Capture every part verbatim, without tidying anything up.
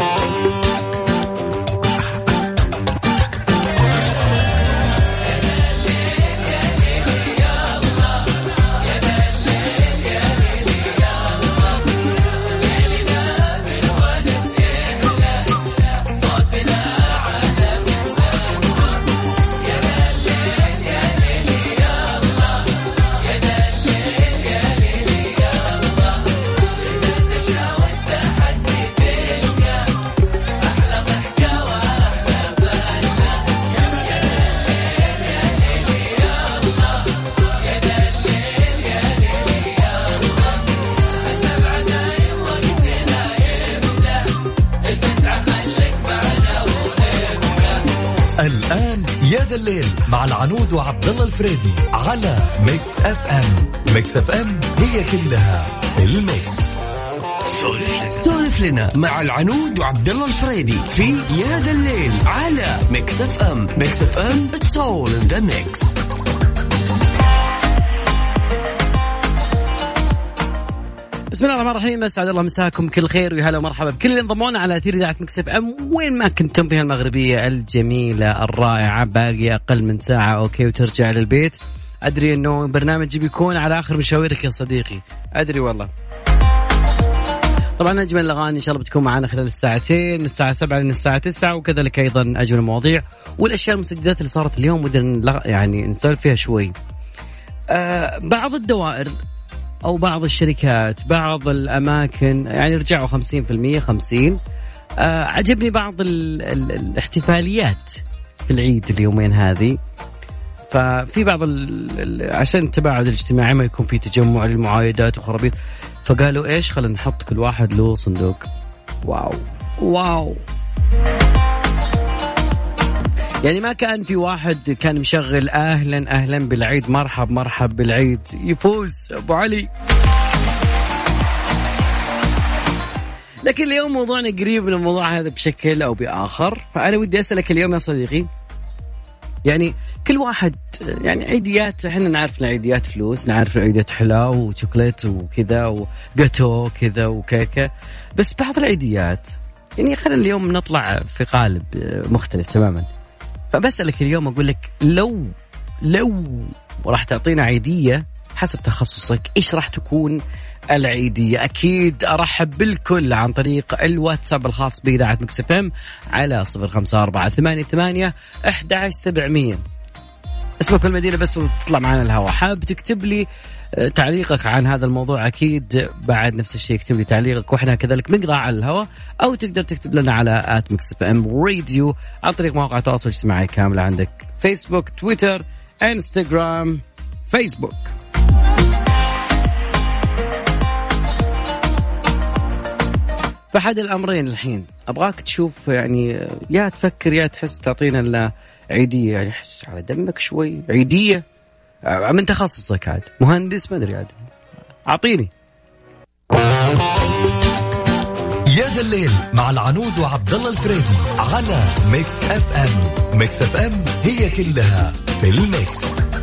الآن يا ذا الليل مع العنود وعبد الله الفريدي على ميكس اف ام. ميكس اف ام هي كلها الميكس. سولف لنا مع العنود وعبد الله الفريدي في يا ذا الليل على ميكس اف ام. ميكس اف ام it's all in the mix. بسم الله الرحمن الرحيم. اسعد الله مساكم كل خير ويا هلا ومرحبا بكل اللي انضمونا على اثير اذاعه ميكس اف ام وين ما كنتم في المغربيه الجميله الرائعه. باقي اقل من ساعه اوكي وترجع للبيت. ادري انه برنامجي بيكون على اخر مشاويرك يا صديقي، ادري والله. طبعا اجمل الاغاني ان شاء الله بتكون معنا خلال الساعتين من الساعه سبعة لين الساعه تسعة، وكذلك ايضا اجمل المواضيع والاشياء المسجلات اللي صارت اليوم ودنا يعني نسولف فيها شوي. آه بعض الدوائر أو بعض الشركات بعض الأماكن يعني رجعوا خمسين في المية خمسين. آه عجبني بعض ال ال الاحتفاليات في العيد اليومين هذه. ففي بعض عشان التباعد الاجتماعي ما يكون في تجمع للمعايدات وخرابيط، فقالوا إيش خلينا نحط كل واحد له صندوق. واو واو، يعني ما كان في واحد كان مشغل أهلا أهلا بالعيد مرحب مرحب بالعيد يفوز أبو علي. لكن اليوم موضوعنا قريب من الموضوع هذا بشكل أو بآخر. فأنا ودي أسألك اليوم يا صديقي، يعني كل واحد يعني عيديات، احنا نعرف عيديات فلوس، نعرف عيديات حلاوة وشوكولات وكذا وجاتو كذا وكيكة، بس بعض العيديات يعني خلينا اليوم نطلع في قالب مختلف تماما. فبسألك اليوم أقول لك لو لو راح تعطينا عيدية حسب تخصصك إيش راح تكون العيدية؟ أكيد أرحب بالكل عن طريق الواتساب الخاص بإذاعة ميكس اف ام على صفر خمسة أربعة ثمانية ثمانية أحد عشر سبعمية. اسمك والمدينة بس وتطلع معنا الهواء. حاب تكتب لي تعليقك عن هذا الموضوع أكيد بعد نفس الشيء اكتب لي تعليقك وإحنا كذلك بنقرأ على الهواء، أو تقدر تكتب لنا على آت ميكس اف ام راديو عن طريق مواقع التواصل الاجتماعي كاملة. عندك فيسبوك، تويتر، انستغرام، فيسبوك. فحد الأمرين الحين أبغاك تشوف، يعني يا تفكر يا تحس تعطينا العيدية، يعني حس على دمك شوي عيدية من تخصصك عاد مهندس ما أدري عاد أعطيني. يا ذا الليل مع العنود وعبد الله الفريدي على ميكس اف ام. ميكس اف ام هي كلها في الميكس.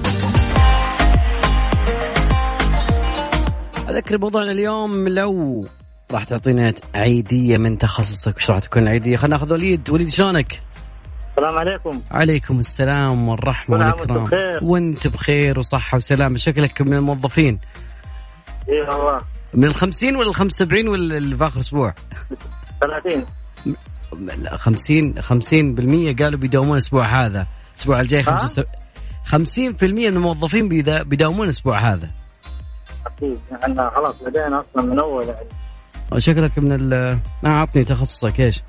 أذكر موضوعنا اليوم، لو راح تعطينا عيدية من تخصصك وش راح تكون العيدية؟ خلنا ناخذ وليد. وليد شلونك؟ السلام عليكم. عليكم السلام والرحمة والإكرام. وانت بخير وصحة وسلامة. شكلك من الموظفين. ايه والله. من الخمسين ولا الخمس سبعين ولا اللي في آخر أسبوع؟ ثلاثين. لا خمسين خمسين بالمية قالوا بيداومون الأسبوع هذا. الأسبوع الجاي خمسة سب... خمسين في المية من الموظفين بيدا... بيداومون الأسبوع هذا. أكيد احنا خلاص بدأنا أصلا من أول يعني. شكلك من ال أعطني تخصصك إيش؟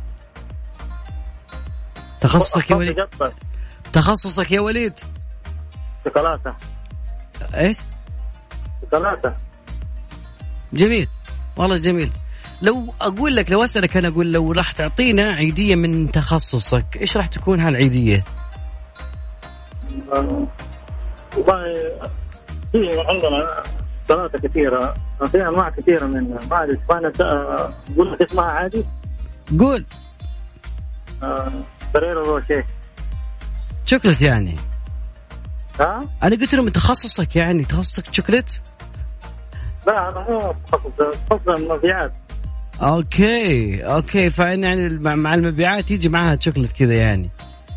تخصصك يا وليد؟ تخصصك يا وليد؟ شوكولاتة. إيش؟ شوكولاتة. جميل والله جميل. لو أقول لك لو أسألك أنا أقول لو راح تعطينا عيدية من تخصصك إيش راح تكون هالعيدية؟ والله في عندنا ثلاثة كثيرة، في أنواع كثيرة منها. ما أعرف أنا أقول لك اسمها عادي. قول. فريرو روشيه. شوكولات يعني. ها؟ أنا قلت له من تخصصك يعني تخصصك شوكولات؟ لا أنا مو تخصص، تخصص المبيعات. اوكي اوكي فان يعني مع المبيعات يجي معها شوكلت كذا يعني.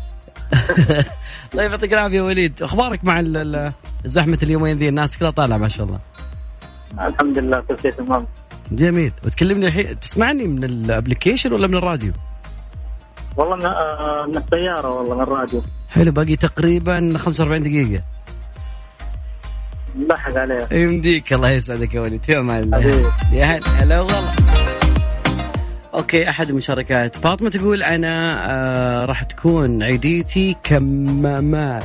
طيب يعطيك العافيه وليد. اخبارك مع الزحمه اليومين ذي؟ الناس كلها طالعه ما شاء الله. الحمد لله كل شيء تمام. جميل. وتكلمني الحين تسمعني من الابلكيشن ولا من الراديو؟ والله من, آه من السياره والله من الراديو. حلو. باقي تقريبا خمسة وأربعين دقيقه. لحق عليها. يمديك. الله يسعدك يا وليد. يا معلم يا هلا والله. اوكي احد المشاركات فاطمه تقول انا آه راح تكون عيديتي كمامات.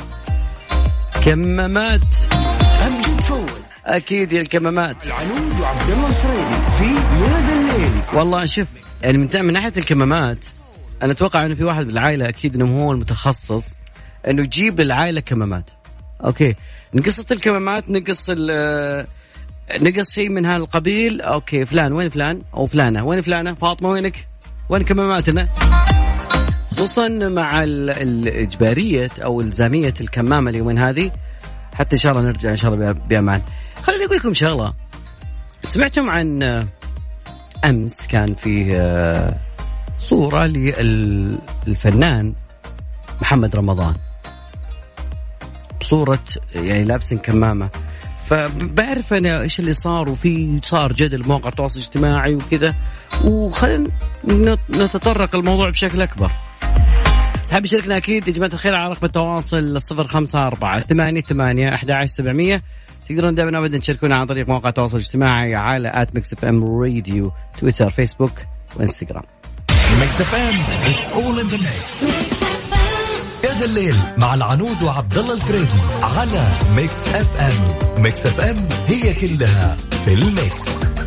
كمامات أمجد فوز. اكيد يا الكمامات. العنود وعبد الله الفريدي في يا الليل. والله شوف يعني من, من ناحيه الكمامات انا اتوقع انه في واحد بالعائله اكيد انه هو المتخصص انه يجيب للعائله كمامات. اوكي نقصة الكمامات نقص ال نقص شيء من هذا القبيل. اوكي فلان وين فلان او فلانه وين فلانه فاطمه وينك وين كماماتنا. خصوصا مع الاجباريه او الزاميه الكمامه اليومين هذه حتى ان شاء الله نرجع ان شاء الله بامان. خليني اقول لكم شغله. سمعتم عن امس كان فيه صوره للفنان محمد رمضان صورة يعني لابس كمامة. فبعرف أنا إيش اللي صار وفي صار جدل مواقع التواصل الاجتماعي وكذا وخلينا نتطرق الموضوع بشكل أكبر. حاب يشاركنا أكيد يا جماعة الخير على رقم التواصل صفر خمسة أربعة ثمانية ثمانية أحد عشر سبعمية. تقدرون دائما أبدا تشاركونا عن طريق مواقع التواصل الاجتماعي على آت ميكس اف ام راديو تويتر فيسبوك وإنستغرام. ميكس اف ام it's all in the mix. يا الليل مع العنود وعبد الله الفريدي على ميكس اف ام. ميكس اف ام هي كلها في الميكس.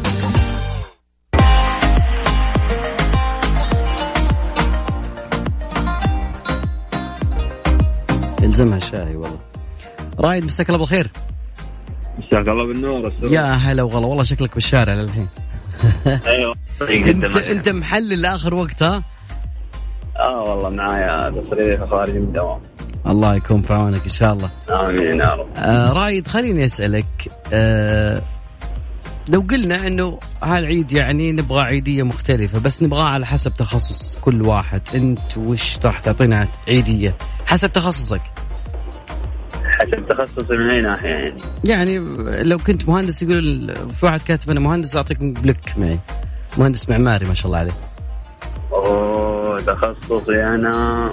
يلزمها شاي والله. رايد مساك الله بالخير. مساك الله بالنور. يا هلا وغلا والله شكلك بالشارع للحين. ايوه انت انت محلل لاخر وقت ها؟ اه والله معايا تصريح خارج من الدوام. الله يكون في عونك ان شاء الله. امين يا رب. آه رايد خليني اسالك آه لو قلنا انه هالعيد يعني نبغى عيديه مختلفه بس نبغاها على حسب تخصص كل واحد. انت وش راح تعطينا عيديه حسب تخصصك؟ حسب تخصصي من اي ناحيه يعني؟ يعني لو كنت مهندس يقول في واحد كاتب انا مهندس اعطيك بلك معي مهندس معماري ما شاء الله عليه. اوه تخصصي انا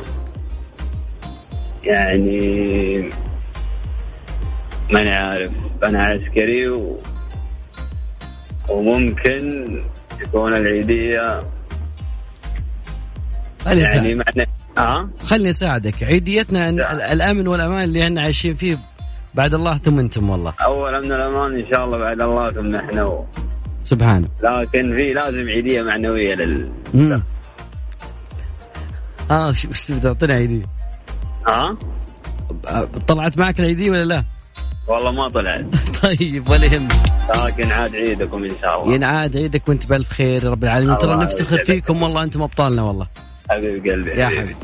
يعني ماني عارف. انا عسكري و... وممكن تكون العيديه يعني معنى اه خلني اساعدك. عيديتنا أن الامن والامان اللي احنا عايشين فيه بعد الله ثم انتم والله. اول امن الامان ان شاء الله بعد الله ثم احنا و... سبحانه. لكن في لازم عيديه معنويه لل امم اه وش تبي تعطينا عيديه؟ ها آه؟ طلعت معك العيديه ولا لا؟ والله ما طلعت. طيب ولا يهمك. لكن عاد عيدكم ان شاء الله. ينعاد عيدك وانت بالف خير يا رب العالمين. ترى نفتخر فيكم والله انتم ابطالنا والله. حبيب قلبي يا حبيبي.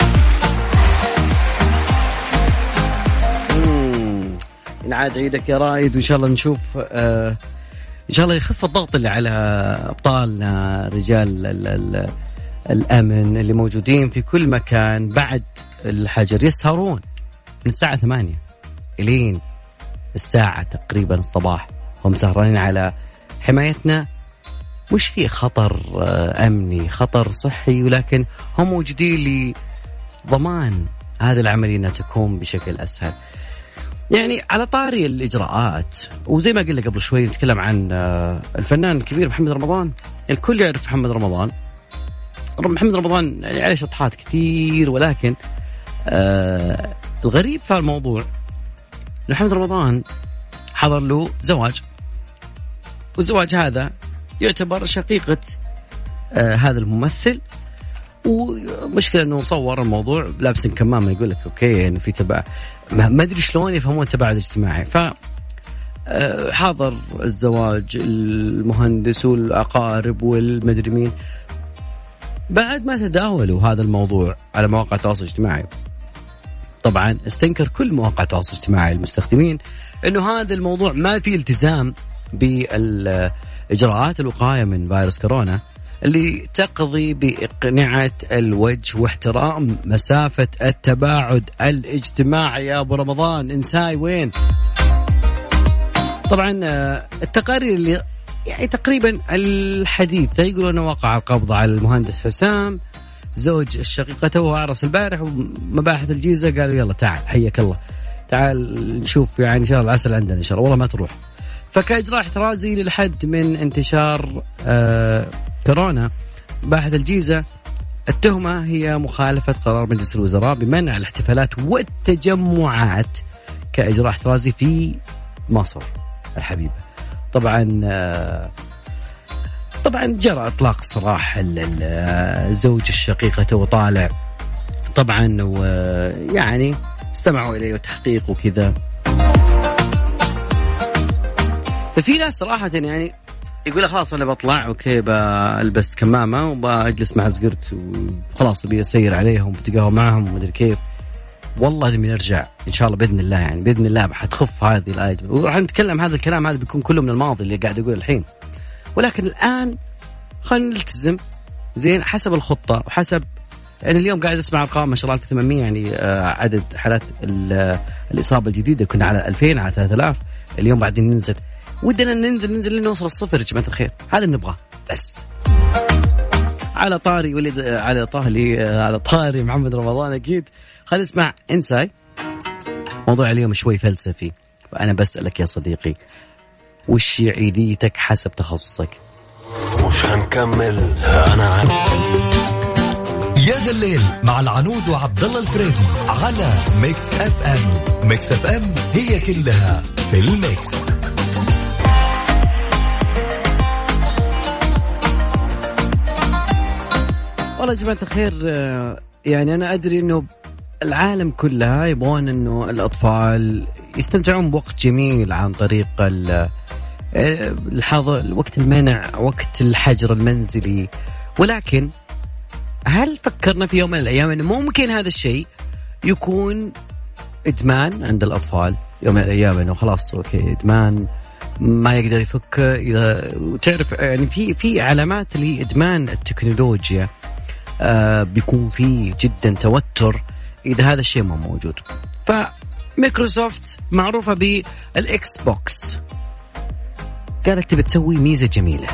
ينعاد عيدك يا رايد وان شاء الله نشوف آه ان شاء الله يخف الضغط اللي على ابطالنا رجال ال ال الامن اللي موجودين في كل مكان بعد الحجر يسهرون من الساعه ثمانية الين الساعه تقريبا الصباح هم سهرانين على حمايتنا. مش في خطر امني خطر صحي ولكن هم موجودين لضمان هذه العمليه انها تكون بشكل اسهل. يعني على طاري الإجراءات وزي ما قلنا قبل شوي نتكلم عن الفنان الكبير محمد رمضان. الكل يعرف محمد رمضان. محمد رمضان يعني عليه شطحات كثير ولكن آه الغريب في الموضوع محمد رمضان حضر له زواج والزواج هذا يعتبر شقيقة آه هذا الممثل. ومشكلة انه صور الموضوع لابس كمامة يقول لك اوكي يعني في تبع ما ادري شلون يفهمون التباعد الاجتماعي. ف حاضر الزواج المهندس والاقارب والمدري مين بعد ما تداولوا هذا الموضوع على مواقع التواصل الاجتماعي. طبعا استنكر كل مواقع التواصل الاجتماعي المستخدمين انه هذا الموضوع ما فيه التزام بالإجراءات الوقاية من فيروس كورونا اللي تقضي بإقنعة الوجه واحترام مسافة التباعد الاجتماعي. يا أبو رمضان إنساي وين؟ طبعا التقارير اللي يعني تقريبا الحديثة يقولون أنه وقع القبض على المهندس حسام زوج الشقيقة. توه عرس البارح ومباحث الجيزة قالوا يلا تعال حياك الله تعال نشوف يعني إن شاء الله العسل عندنا إن شاء الله والله ما تروح. فكإجراء احترازي للحد من انتشار آه كورونا باحث الجيزة التهمة هي مخالفة قرار مجلس الوزراء بمنع الاحتفالات والتجمعات كإجراء احترازي في مصر الحبيبة. طبعا آه طبعا جرى إطلاق سراح الزوج الشقيقة وطالع طبعا ويعني استمعوا إليه وتحقيق وكذا. ففي ناس صراحة يعني يقول خلاص أنا بطلع أوكي بلبس كمامة وبجلس مع زقرت وخلاص بيسير عليهم وبتقاوم معهم ومدري كيف. والله لما نرجع إن شاء الله بإذن الله يعني بإذن الله حتخف هذه الآية وراح نتكلم هذا الكلام هذا بيكون كله من الماضي اللي قاعد يقول الحين. ولكن الآن خلينا نلتزم زين حسب الخطة وحسب يعني اليوم قاعد أسمع أرقام ما شاء الله ألف وثمانمية يعني عدد حالات الإصابة الجديدة كنا على ألفين على ثلاثة آلاف اليوم بعدين ننزل ودنا ننزل ننزل لين نوصل الصفر يا جماعة الخير هذا اللي نبغاه بس. على طاري ولد على طاري على طاري محمد رمضان أكيد خلينا نسمع إنساي. موضوع اليوم شوي فلسفي فأنا بسألك يا صديقي وش عيديتك حسب تخصصك؟ مش هنكمل أنا يا ذا الليل مع العنود وعبد الله الفريدي على ميكس اف ام. ميكس اف ام هي كلها في الميكس. والله يا جماعة الخير يعني أنا أدري إنه العالم كلها يبغون إنه الأطفال يستمتعون بوقت جميل عن طريق الحظر وقت المنع وقت الحجر المنزلي. ولكن هل فكرنا في يوم من الأيام أنه ممكن هذا الشيء يكون إدمان عند الأطفال يوم من الأيام أنه خلاص أوكي إدمان ما يقدر يفك إذا تعرف يعني في في علامات لإدمان التكنولوجيا آه بيكون فيه جدا توتر إذا هذا الشيء ما موجود. فميكروسوفت معروفة بالإكس بوكس قالت تبي تسوي ميزة جميلة.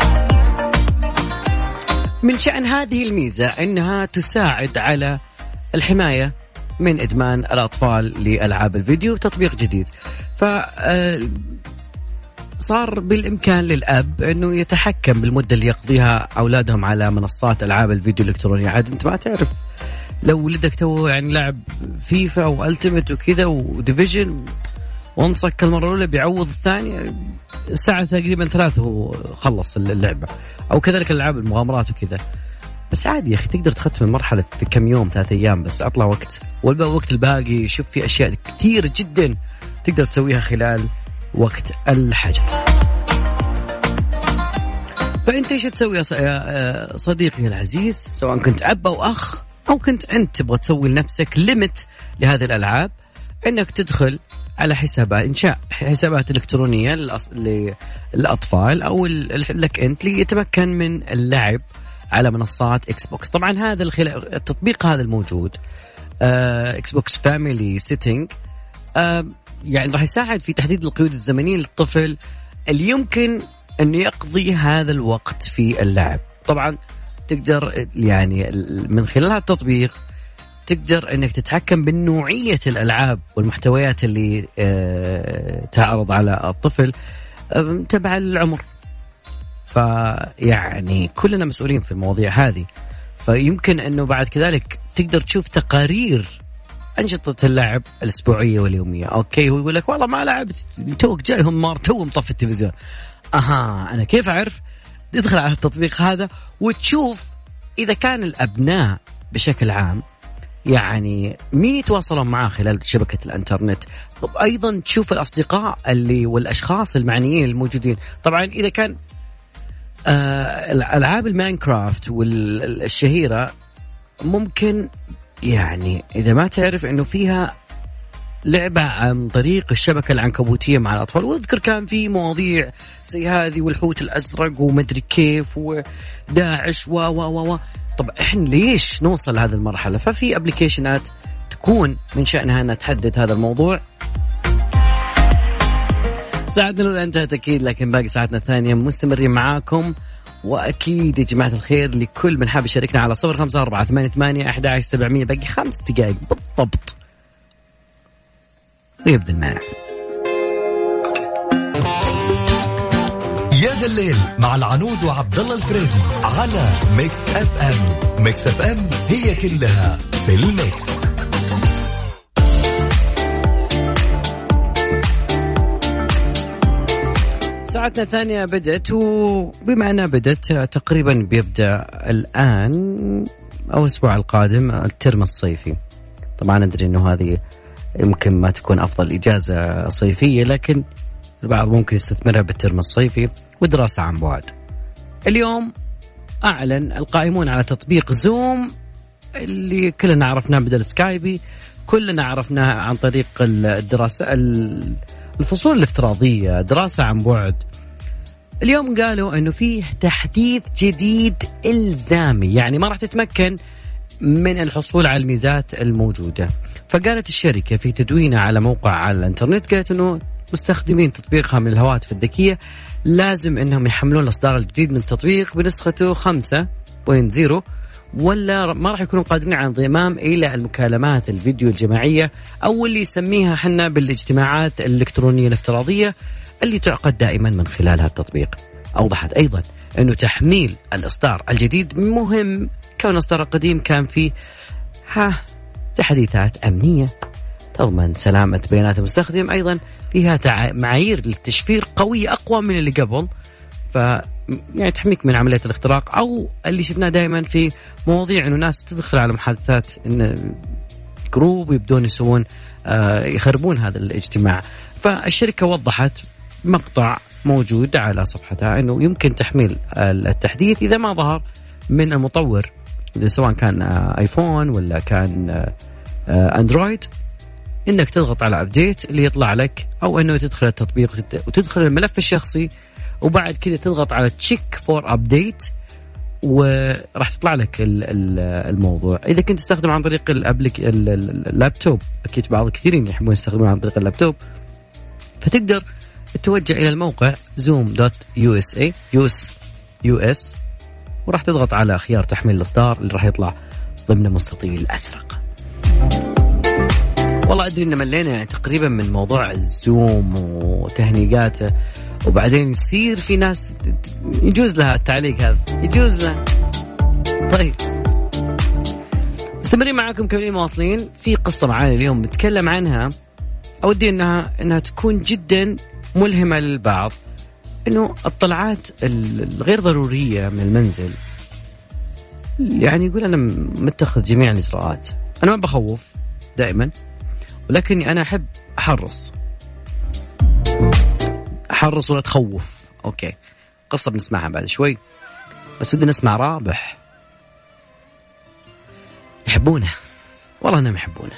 من شأن هذه الميزة أنها تساعد على الحماية من إدمان الأطفال لألعاب الفيديو تطبيق جديد. فصار بالإمكان للأب أنه يتحكم بالمدة اللي يقضيها أولادهم على منصات ألعاب الفيديو الإلكترونية. عاد أنت ما تعرف لو ولدك تو يعني لعب فيفا وألتيميت وكذا وديفيجن وانصك المرة الأولى بيعوض الثانية الساعة تقريبا ثلاثة وخلص اللعبة أو كذلك الألعاب المغامرات وكذا. بس عادي يا أخي تقدر تختم المرحلة في كم يوم ثلاثة أيام بس أطلع وقت والوقت الباقي شوف في أشياء كثير جدا تقدر تسويها خلال وقت الحجر. فأنت إيش تسوي يا صديقي العزيز سواء كنت أب أو أخ أو كنت أنت تبغى تسوي لنفسك ليميت لهذه الألعاب أنك تدخل على حسابات إنشاء حسابات إلكترونية للأطفال أو لك أنت ليتمكن من اللعب على منصات إكس بوكس. طبعا هذا الخل... التطبيق هذا الموجود آه، إكس بوكس فاميلي سيتنج آه، يعني راح يساعد في تحديد القيود الزمنية للطفل اللي يمكن أنه يقضي هذا الوقت في اللعب. طبعا تقدر يعني من خلال التطبيق تقدر أنك تتحكم بالنوعية الألعاب والمحتويات اللي أه تعرض على الطفل أه تبع العمر. فيعني كلنا مسؤولين في المواضيع هذه. فيمكن أنه بعد كذلك تقدر تشوف تقارير أنشطة اللعب الأسبوعية واليومية. أوكي هو يقول لك والله ما لعبت توك جاي هم مار تو مطفي التلفزيون. أها أنا كيف أعرف؟ تدخل على التطبيق هذا وتشوف إذا كان الأبناء بشكل عام يعني مين يتواصلون معاه خلال شبكة الانترنت. طب أيضا تشوف الأصدقاء اللي والأشخاص المعنيين الموجودين. طبعا إذا كان آه الألعاب الماينكرافت والشهيرة ممكن يعني إذا ما تعرف إنه فيها لعبة عن طريق الشبكة العنكبوتية مع الأطفال. واذكر كان في مواضيع زي هذه والحوت الأزرق ومدري كيف وداعش و و و و طب إحنا ليش نوصل لهذه المرحلة؟ ففي أبليكيشنات تكون من شأنها أنها تحدد هذا الموضوع. ساعتنا الأولى انتهت أكيد، لكن باقي ساعتنا الثانية مستمرين معاكم. وأكيد يا جماعة الخير لكل من حاب يشاركنا على صفر خمسة أربعة ثمانية ثمانية أحد عشر سبعمية. باقي خمس دقائق بالضبط ويبدأ المانع. يا ذا الليل مع العنود وعبد الله الفريدي على ميكس اف ام. ميكس اف ام هي كلها في الميكس. ساعتنا الثانية بدأت، وبما أنها بدأت تقريبا بيبدأ الآن أو الأسبوع القادم الترم الصيفي. طبعا أدري أنه هذه يمكن ما تكون أفضل إجازة صيفية، لكن البعض ممكن يستثمرها بالترم الصيفي ودراسة عن بعد. اليوم أعلن القائمون على تطبيق زوم اللي كلنا عرفناه بدل سكايبي، كلنا عرفناه عن طريق الدراسة الفصول الافتراضية، دراسة عن بعد. اليوم قالوا أنه فيه تحديث جديد إلزامي، يعني ما راح تتمكن من الحصول على الميزات الموجودة. فقالت الشركة في تدوينها على موقع على الانترنت، قالت أنه مستخدمين تطبيقها من الهواتف الذكية لازم أنهم يحملون الإصدار الجديد من التطبيق بنسخته خمسة نقطة صفر، ولا ما راح يكونوا قادرين على الانضمام إلى المكالمات الفيديو الجماعية أو اللي يسميها حنا بالاجتماعات الإلكترونية الافتراضية اللي تعقد دائما من خلال هذا التطبيق. أوضحت أيضا أنه تحميل الإصدار الجديد مهم، كون الإصدار القديم كان فيه ها تحديثات أمنية تضمن سلامة بيانات المستخدم، أيضا فيها معايير للتشفير قوية أقوى من اللي قبل، ف يعني تحميك من عملية الاختراق أو اللي شفناه دائما في مواضيع إنه ناس تدخل على محادثات إن جروب يبدون يسوون آه يخربون هذا الاجتماع. فالشركة وضحت مقطع موجود على صفحتها إنه يمكن تحميل التحديث إذا ما ظهر من المطور، سواء كان آه آيفون ولا كان آه آه أندرويد، إنك تضغط على أبديت اللي يطلع لك، أو إنه تدخل التطبيق وتدخل الملف الشخصي وبعد كده تضغط على تشيك فور أبديت وراح تطلع لك الموضوع. إذا كنت تستخدم عن طريق الأبليك اللابتوب، أكيد بعض كثيرين يحبون يستخدمون عن طريق اللابتوب، فتقدر تتوجه إلى الموقع zoom دوت يو إس إيه يو إس وراح تضغط على خيار تحميل الإصدار اللي راح يطلع ضمن مستطيل أزرق. والله أدري إن ملينا يعني تقريبا من موضوع الزوم وتهنيقاته، وبعدين يصير في ناس يجوز لها التعليق هذا، يجوز لها. طيب مستمرين معاكم كملين مواصلين في قصة معانا اليوم بنتكلم عنها، أودي إنها إنها تكون جدا ملهمة للبعض، إنه الطلعات الغير ضرورية من المنزل. يعني يقول أنا متخذ جميع الإجراءات، أنا ما بخوف دائما، ولكني أنا أحب أحرص أحرص ولا تخوف. أوكي، قصة بنسمعها بعد شوي، بس ودي نسمع رابح يحبونه، والله أنا يحبونه.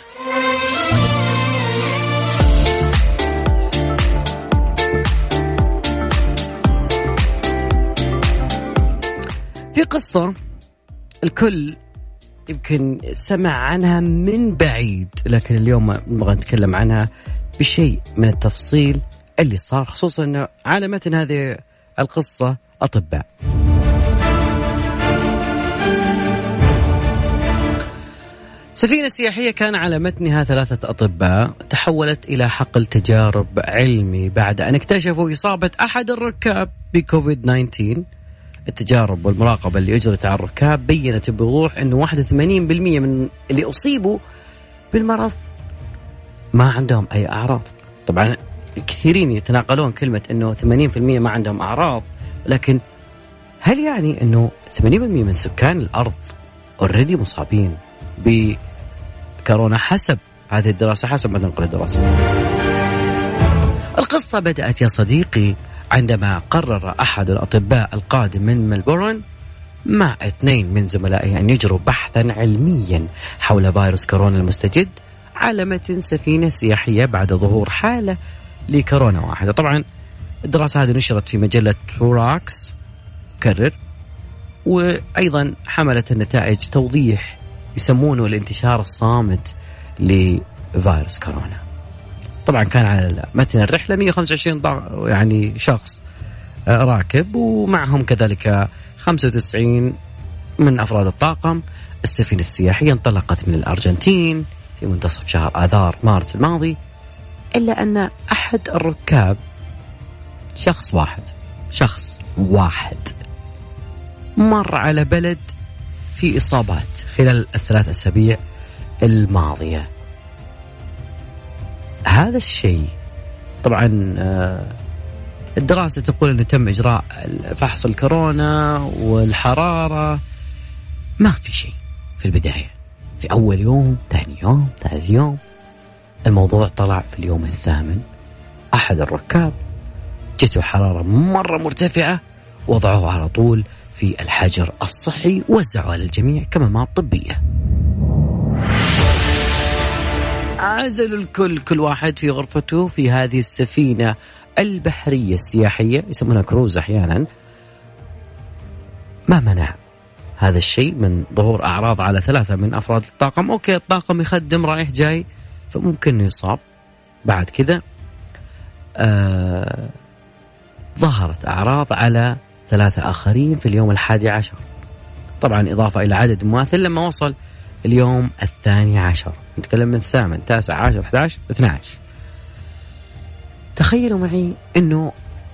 في قصة الكل يمكن سمع عنها من بعيد، لكن اليوم نبغى نتكلم عنها بشيء من التفصيل اللي صار، خصوصا أنه على متن هذه القصة أطباء. سفينة سياحية كان على متنها ثلاثة أطباء تحولت إلى حقل تجارب علمي بعد أن اكتشفوا إصابة أحد الركاب بكوفيد تسعة عشر. التجارب والمراقبة اللي أجرت على الركاب بيّنت بوضوح أنه واحد وثمانين بالمئة من اللي أصيبوا بالمرض ما عندهم أي أعراض. طبعا الكثيرين يتناقلون كلمة أنه ثمانين بالمئة ما عندهم أعراض، لكن هل يعني أنه ثمانين بالمئة من سكان الأرض أوريدي مصابين بكورونا حسب هذه الدراسة، حسب ما تنقل الدراسة؟ القصة بدأت يا صديقي عندما قرر أحد الأطباء القادم من ملبورن مع اثنين من زملائه أن يجروا بحثا علميا حول فيروس كورونا المستجد على متن سفينة سياحية بعد ظهور حالة لكورونا واحدة. طبعا الدراسة هذه نشرت في مجلة توراكس كرر، وأيضا حملت النتائج توضيح يسمونه الانتشار الصامت لفيروس كورونا. طبعا كان على متن الرحلة مئة وخمسة وعشرين يعني شخص راكب، ومعهم كذلك خمسة وتسعين من أفراد الطاقم. السفينة السياحية انطلقت من الأرجنتين في منتصف شهر آذار مارس الماضي، إلا أن أحد الركاب شخص واحد شخص واحد مر على بلد في إصابات خلال الثلاث أسابيع الماضية. هذا الشيء طبعا الدراسة تقول أنه تم إجراء فحص الكورونا والحرارة، ما في شيء في البداية في أول يوم، ثاني يوم، ثالث يوم. الموضوع طلع في اليوم الثامن أحد الركاب جته حرارة مرة مرتفعة، وضعوه على طول في الحجر الصحي، وزعوا على الجميع كمامات طبية. عزلوا الكل كل واحد في غرفته في هذه السفينة البحرية السياحية، يسمونها كروز أحيانا. ما منع هذا الشيء من ظهور أعراض على ثلاثة من أفراد الطاقم. أوكي، الطاقم يخدم رايح جاي، فممكن يصاب. بعد كذا آه ظهرت أعراض على ثلاثة آخرين في اليوم الحادي عشر، طبعا إضافة إلى عدد مماثل لما وصل اليوم الثاني عشر. نتكلم من الثامن، تاسع، عشر، أحد عشر، اثني عشر. تخيلوا معي أنه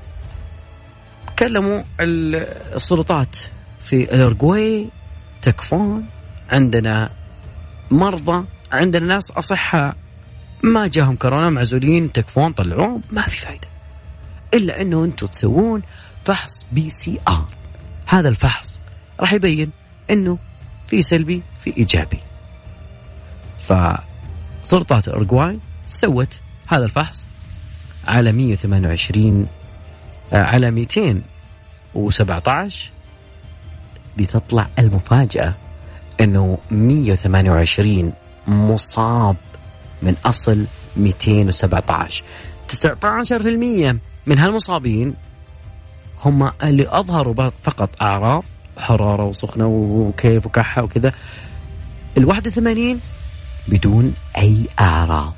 كلموا السلطات في الأورغواي، تكفون عندنا مرضى، عندنا ناس أصحاء ما جاهم كورونا، معزولين، تكفون، طلعوهم، ما في فايدة إلا أنه أنتوا تسوون فحص بي سي آر. هذا الفحص راح يبين أنه في سلبي في إيجابي. فسلطات الأورغواي سوت هذا الفحص على مئة وثمانية وعشرين على مئتين وسبعة عشر. بتطلع المفاجأة أنه مئة وثمانية وعشرين مصاب من أصل مئتين وسبعة عشر. تسعة عشر بالمئة من هالمصابين هم اللي أظهروا فقط أعراض حرارة وسخنة وكيف وكحة وكذا. الواحد وثمانين بدون أي أعراض.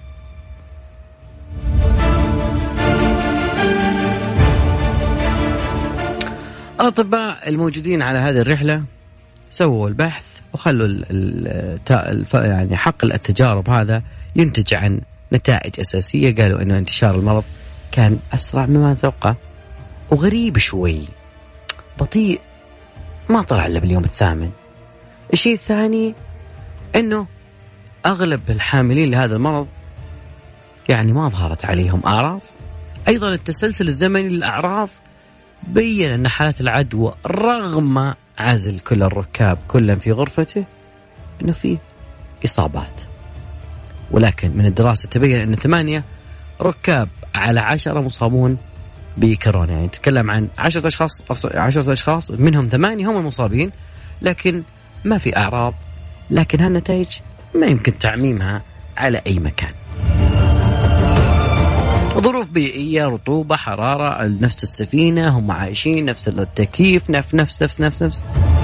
الأطباء الموجودين على هذه الرحلة سووا البحث وخلوا ال ال يعني حقل التجارب هذا ينتج عن نتائج أساسية. قالوا إنه انتشار المرض كان أسرع مما نتوقع وغريب شوي، بطيء، ما طلع إلا باليوم الثامن. الشيء الثاني إنه أغلب الحاملين لهذا المرض يعني ما ظهرت عليهم أعراض. أيضا التسلسل الزمني للأعراض بيّن أن حالات العدوى رغم عزل كل الركاب كلا في غرفته أنه فيه إصابات. ولكن من الدراسة تبين أن ثمانية ركاب على عشرة مصابون بكورونا. يعني تتكلم عن عشرة أشخاص عشرة أشخاص منهم ثمانية هم المصابين، لكن ما في أعراض. لكن هالنتائج ما يمكن تعميمها على أي مكان. ظروف بيئية، رطوبة، حرارة، نفس السفينة، هم عايشين نفس التكييف، نفس نفس نفس نفس نفس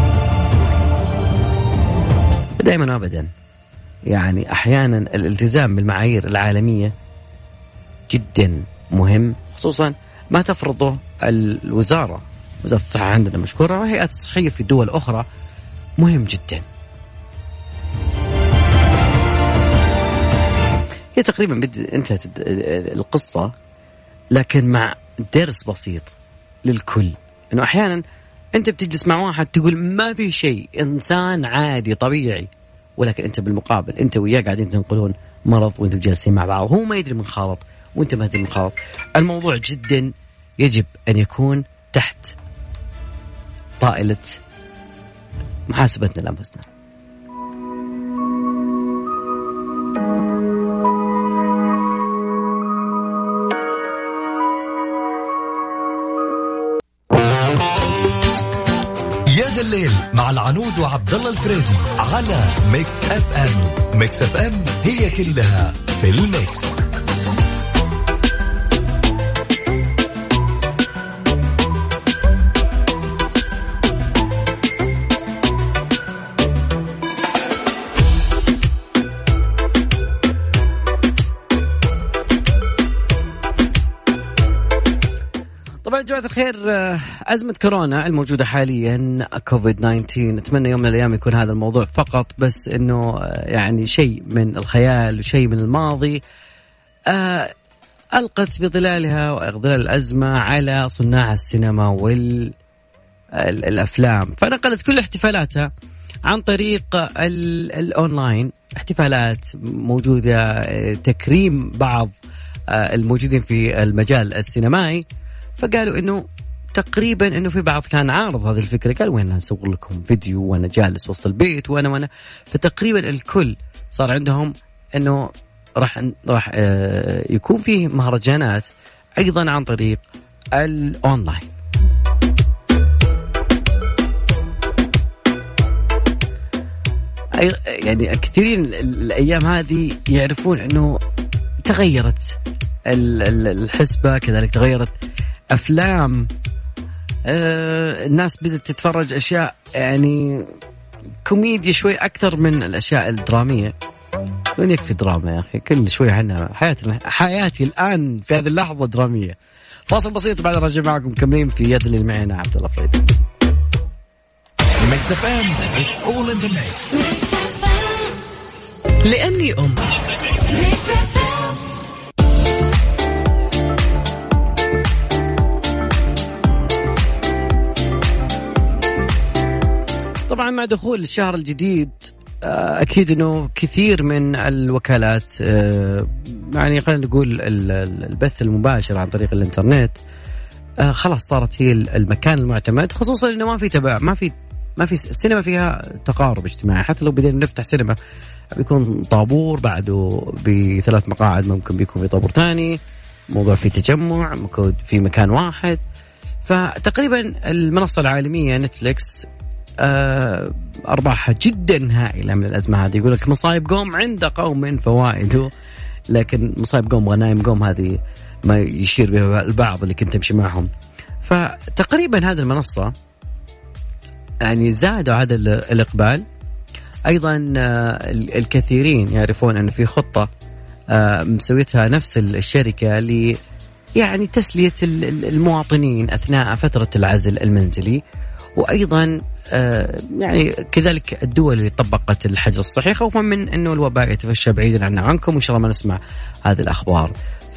دائما أبدا. يعني أحيانا الالتزام بالمعايير العالمية جدا مهم، خصوصا ما تفرضه الوزارة، وزارة الصحة عندنا مشكورة، وهيئات الصحية في دول أخرى مهم جدا. هي تقريبا بدأت انتهت القصة، لكن مع درس بسيط للكل، انه احيانا انت بتجلس مع واحد تقول ما في شيء، انسان عادي طبيعي، ولكن انت بالمقابل انت وياه قاعدين تنقلون مرض وانتم جالسين مع بعض، هو ما يدري من خالط وانت ما تدري من خالط. الموضوع جدا يجب ان يكون تحت طائلة محاسبتنا لأنفسنا. الليل مع العنود وعبد الله الفريدي على ميكس اف ام. ميكس اف ام هي كلها في الميكس. طبعا جماعة الخير، أزمة كورونا الموجودة حاليا كوفيد تسعة عشر، أتمنى يوم من الأيام يكون هذا الموضوع فقط بس إنه يعني شيء من الخيال وشيء من الماضي. ألقت بظلالها وإظلال الأزمة على صناع السينما والأفلام، فنقلت كل احتفالاتها عن طريق الأونلاين، احتفالات موجودة تكريم بعض الموجودين في المجال السينمائي. فقالوا انه تقريبا انه في بعض كان عارض هذه الفكره، قال وين نصور لكم فيديو وانا جالس وسط البيت وانا وانا فتقريبا الكل صار عندهم انه راح راح يكون فيه مهرجانات ايضا عن طريق الاونلاين. يعني كثيرين الايام هذه يعرفون انه تغيرت الحسبه، كذلك تغيرت أفلام. آه الناس بدأت تتفرج أشياء يعني كوميديا شوي أكثر من الأشياء الدرامية. وين يكفي دراما يا أخي، كل شوي عنا حياتنا حياتي الآن في هذه اللحظة درامية. فاصل بسيط بعد راجع معكم مكملين في يد اللي معنا عبد الله فريدي. ميكس اف ام it's all in the mix. لأني أم طبعا مع دخول الشهر الجديد أكيد أنه كثير من الوكالات يعني خلينا نقول البث المباشر عن طريق الإنترنت خلاص صارت هي المكان المعتمد، خصوصا أنه ما في تبع ما في ما في السينما فيها تقارب اجتماعي. حتى لو بدينا نفتح سينما بيكون طابور بعده بثلاث مقاعد، ممكن بيكون في طابور تاني، موضوع في تجمع، ممكن في مكان واحد. فتقريبا المنصة العالمية نتفليكس آه أرباحها جدا هائلة من الأزمة هذه. يقول لك مصايب قوم عند قوم فوائده، لكن مصايب قوم غنايم قوم هذه ما يشير بها البعض اللي كنت أمشي معهم. فتقريبا هذه المنصة يعني زادوا هذا الإقبال. أيضا آه الكثيرين يعرفون أن في خطة آه مسويتها نفس الشركة ل يعني تسلية المواطنين أثناء فترة العزل المنزلي، وأيضا آه يعني كذلك الدول اللي طبقت الحجر الصحي خوفا من أنه الوباء يتفشى بعيدا عنا عنكم، وإن شاء الله ما نسمع هذه الأخبار.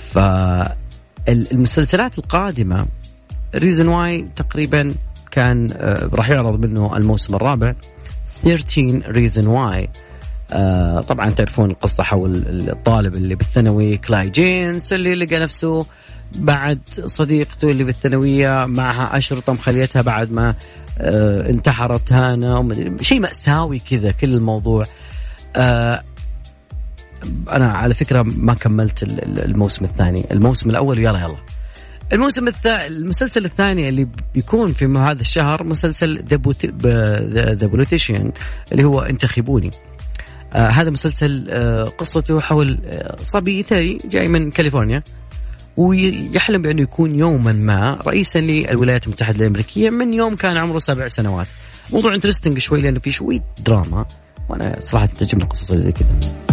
فالمسلسلات القادمة ريزن واي تقريبا كان آه راح يعرض منه الموسم الرابع ثيرتين ريزن واي. آه طبعا تعرفون القصة حول الطالب اللي بالثانوي كلاي جينز اللي لقى نفسه بعد صديقته اللي بالثانوية معها أشرطة مخليتها بعد ما آه انتحرت هانا، شيء مأساوي كذا كل الموضوع. آه أنا على فكرة ما كملت الموسم الثاني، الموسم الأول يلا يلا الموسم الثاني. المسلسل الثاني اللي بيكون في هذا الشهر مسلسل ذا بوليتيشن اللي هو انتخبوني. آه هذا مسلسل آه قصته حول آه صبي ثري جاي من كاليفورنيا، ويحلم بأنه يكون يوما ما رئيسا للولايات المتحدة الأمريكية من يوم كان عمره سبع سنوات. موضوع انترستنج شوي لأنه في شوي دراما، وأنا صراحة تعجبني القصص اللي زي كذا.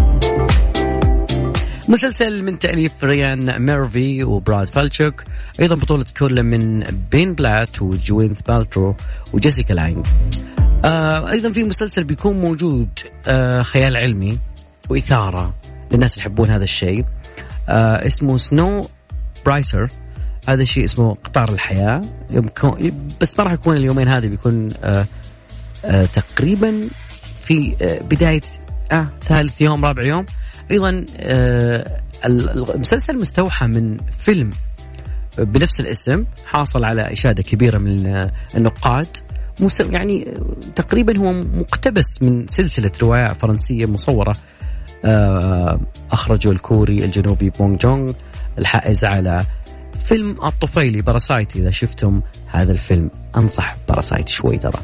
مسلسل من تأليف ريان ميرفي وبراد فالتشوك، أيضا بطولة كل من بين بلات وجوينث بالترو وجيسيكا لانج. آه أيضا في مسلسل بيكون موجود آه خيال علمي وإثارة للناس اللي يحبون هذا الشيء. آه اسمه سنو برايتر، هذا الشيء اسمه قطار الحياة، بس ما راح يكون اليومين هذه، بيكون آه آه تقريبا في آه بداية آه ثالث يوم رابع يوم. أيضا آه المسلسل مستوحى من فيلم بنفس الاسم حاصل على إشادة كبيرة من آه النقاد، يعني تقريبا هو مقتبس من سلسلة رواية فرنسية مصورة آه أخرجه الكوري الجنوبي بونغ جونغ الحائز على فيلم الطفيلي باراسايت. إذا شفتم هذا الفيلم أنصح باراسايت شوي ترى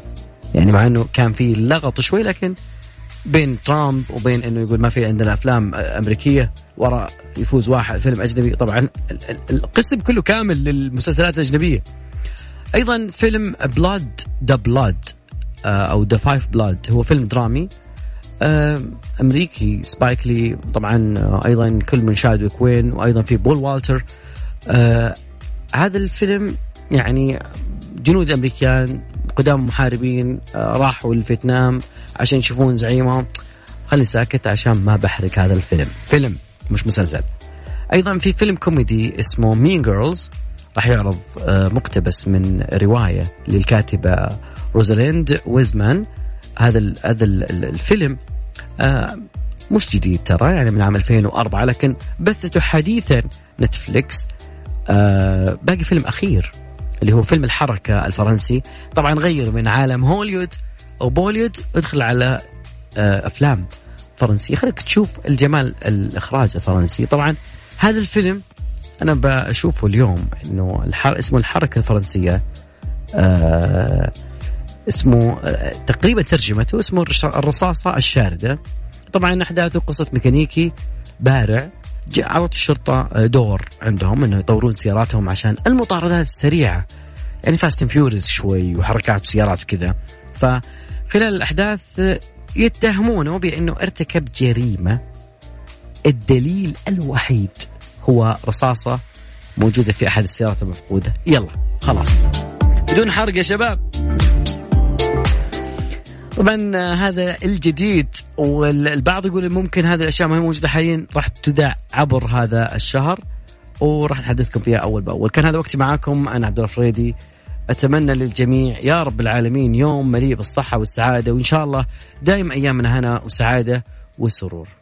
يعني مع أنه كان في لغط شوي، لكن بين ترامب وبين أنه يقول ما في عندنا أفلام أمريكية وراء يفوز واحد فيلم أجنبي، طبعا القسم كله كامل للمسلسلات الأجنبية. أيضا فيلم بلاد ذا بلاد أو ذا فايف بلاد، هو فيلم درامي أمريكي سبايك لي، طبعا أيضا كل من شادويك وين، وأيضا في بول والتر. آه هذا الفيلم يعني جنود أمريكان قدام محاربين آه راحوا لفيتنام عشان يشوفون زعيمهم. خلي ساكت عشان ما بحرق هذا الفيلم، فيلم مش مسلسل. أيضا في فيلم كوميدي اسمه مين جيرلز، راح يعرض آه مقتبس من رواية للكاتبة روزاليند ويزمان. هذا هذا الفيلم آه مش جديد ترى، يعني من عام ألفين وأربعة، لكن بثته حديثا نتفليكس. آه باقي فيلم أخير اللي هو فيلم الحركة الفرنسي، طبعا غير من عالم هوليوود أو بوليوود، ادخل على آه أفلام فرنسية، خليك تشوف الجمال الإخراج الفرنسي. طبعا هذا الفيلم أنا بشوفه اليوم إنه الحر... اسمه الحركة الفرنسية. آه اسمه آه تقريبا ترجمته اسمه الرصاصة الشاردة. طبعا أحداثه قصة ميكانيكي بارع، عرضت الشرطة دور عندهم أنه يطورون سياراتهم عشان المطاردات السريعة، يعني فاست اند فيوريوس شوي وحركات وسيارات وكذا. فخلال الأحداث يتهمونه بأنه ارتكب جريمة، الدليل الوحيد هو رصاصة موجودة في أحد السيارات المفقودة. يلا خلاص بدون حرق يا شباب. طبعا هذا الجديد، والبعض يقول ممكن هذه الأشياء ما هي موجودة حاليا راح تذاع عبر هذا الشهر وراح نحدثكم فيها أول بأول. كان هذا وقتي معاكم أنا عبد الله الفريدي، أتمنى للجميع يا رب العالمين يوم مليء بالصحة والسعادة، وإن شاء الله دائما أيامنا هنا وسعادة وسرور.